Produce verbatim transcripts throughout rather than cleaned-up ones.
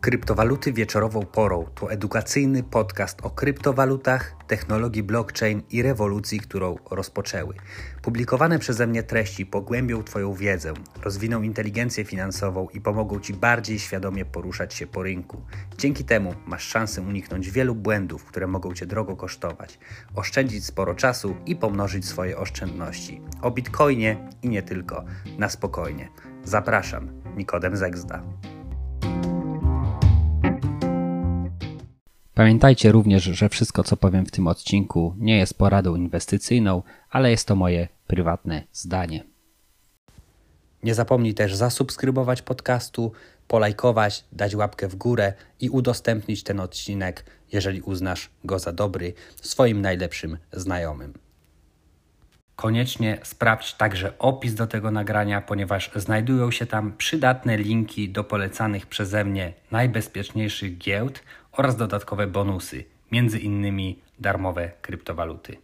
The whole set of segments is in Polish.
Kryptowaluty wieczorową porą to edukacyjny podcast o kryptowalutach, technologii blockchain i rewolucji, którą rozpoczęły. Publikowane przeze mnie treści pogłębią Twoją wiedzę, rozwiną inteligencję finansową i pomogą Ci bardziej świadomie poruszać się po rynku. Dzięki temu masz szansę uniknąć wielu błędów, które mogą Cię drogo kosztować, oszczędzić sporo czasu i pomnożyć swoje oszczędności. O Bitcoinie i nie tylko, na spokojnie. Zapraszam, Nikodem Zegzda. Pamiętajcie również, że wszystko, co powiem w tym odcinku, nie jest poradą inwestycyjną, ale jest to moje prywatne zdanie. Nie zapomnij też zasubskrybować podcastu, polajkować, dać łapkę w górę i udostępnić ten odcinek, jeżeli uznasz go za dobry, swoim najlepszym znajomym. Koniecznie sprawdź także opis do tego nagrania, ponieważ znajdują się tam przydatne linki do polecanych przeze mnie najbezpieczniejszych giełd oraz dodatkowe bonusy, między innymi darmowe kryptowaluty.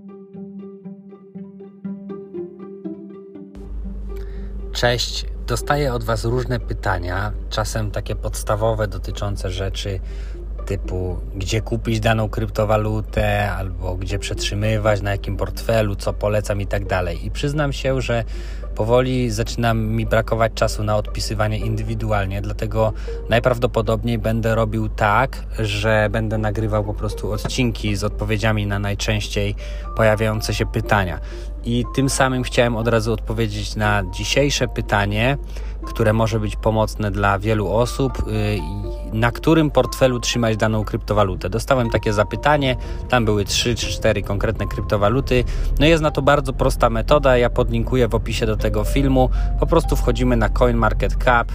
Cześć, dostaję od Was różne pytania, czasem takie podstawowe dotyczące rzeczy typu gdzie kupić daną kryptowalutę, albo gdzie przetrzymywać, na jakim portfelu, co polecam i tak dalej. I przyznam się, że powoli zaczyna mi brakować czasu na odpisywanie indywidualnie, dlatego najprawdopodobniej będę robił tak, że będę nagrywał po prostu odcinki z odpowiedziami na najczęściej pojawiające się pytania. I tym samym chciałem od razu odpowiedzieć na dzisiejsze pytanie, które może być pomocne dla wielu osób, na którym portfelu trzymać daną kryptowalutę. Dostałem takie zapytanie, tam były trzy czy cztery konkretne kryptowaluty. No jest na to bardzo prosta metoda, ja podlinkuję w opisie do tego filmu. Po prostu wchodzimy na CoinMarketCap,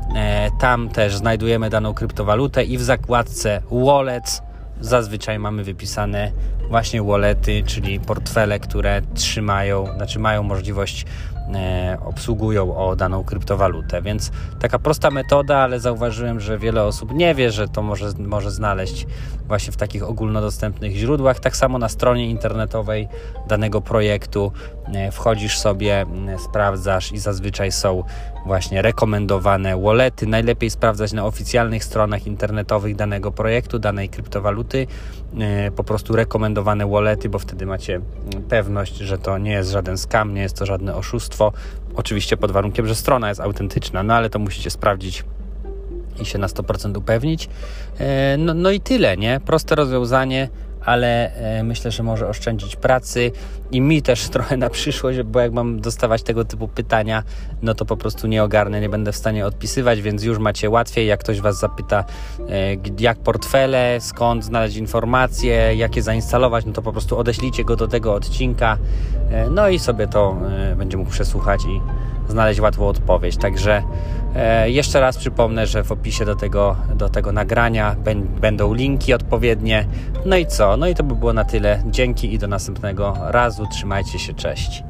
tam też znajdujemy daną kryptowalutę i w zakładce Wallets zazwyczaj mamy wypisane właśnie wallety, czyli portfele, które trzymają, znaczy mają możliwość e, obsługują o daną kryptowalutę, więc taka prosta metoda, ale zauważyłem, że wiele osób nie wie, że to może, może znaleźć właśnie w takich ogólnodostępnych źródłach. Tak samo na stronie internetowej danego projektu e, wchodzisz sobie, e, sprawdzasz i zazwyczaj są właśnie rekomendowane wallety. Najlepiej sprawdzać na oficjalnych stronach internetowych danego projektu, danej kryptowaluty, e, po prostu rekomendowane wallety, bo wtedy macie pewność, że to nie jest żaden scam, nie jest to żadne oszustwo. Oczywiście pod warunkiem, że strona jest autentyczna, no ale to musicie sprawdzić i się na sto procent upewnić. E, no, no i tyle, nie? Proste rozwiązanie, ale e, myślę, że może oszczędzić pracy i mi też trochę na przyszłość, bo jak mam dostawać tego typu pytania, no to po prostu nie ogarnę, nie będę w stanie odpisywać, więc już macie łatwiej, jak ktoś Was zapyta e, jak portfele, skąd znaleźć informacje, jak je zainstalować, no to po prostu odeślijcie go do tego odcinka, e, no i sobie to e, będzie mógł przesłuchać i znaleźć łatwą odpowiedź. Także e, jeszcze raz przypomnę, że w opisie do tego, do tego nagrania b- będą linki odpowiednie. No i co? No i to by było na tyle. Dzięki i do następnego razu. Trzymajcie się, cześć.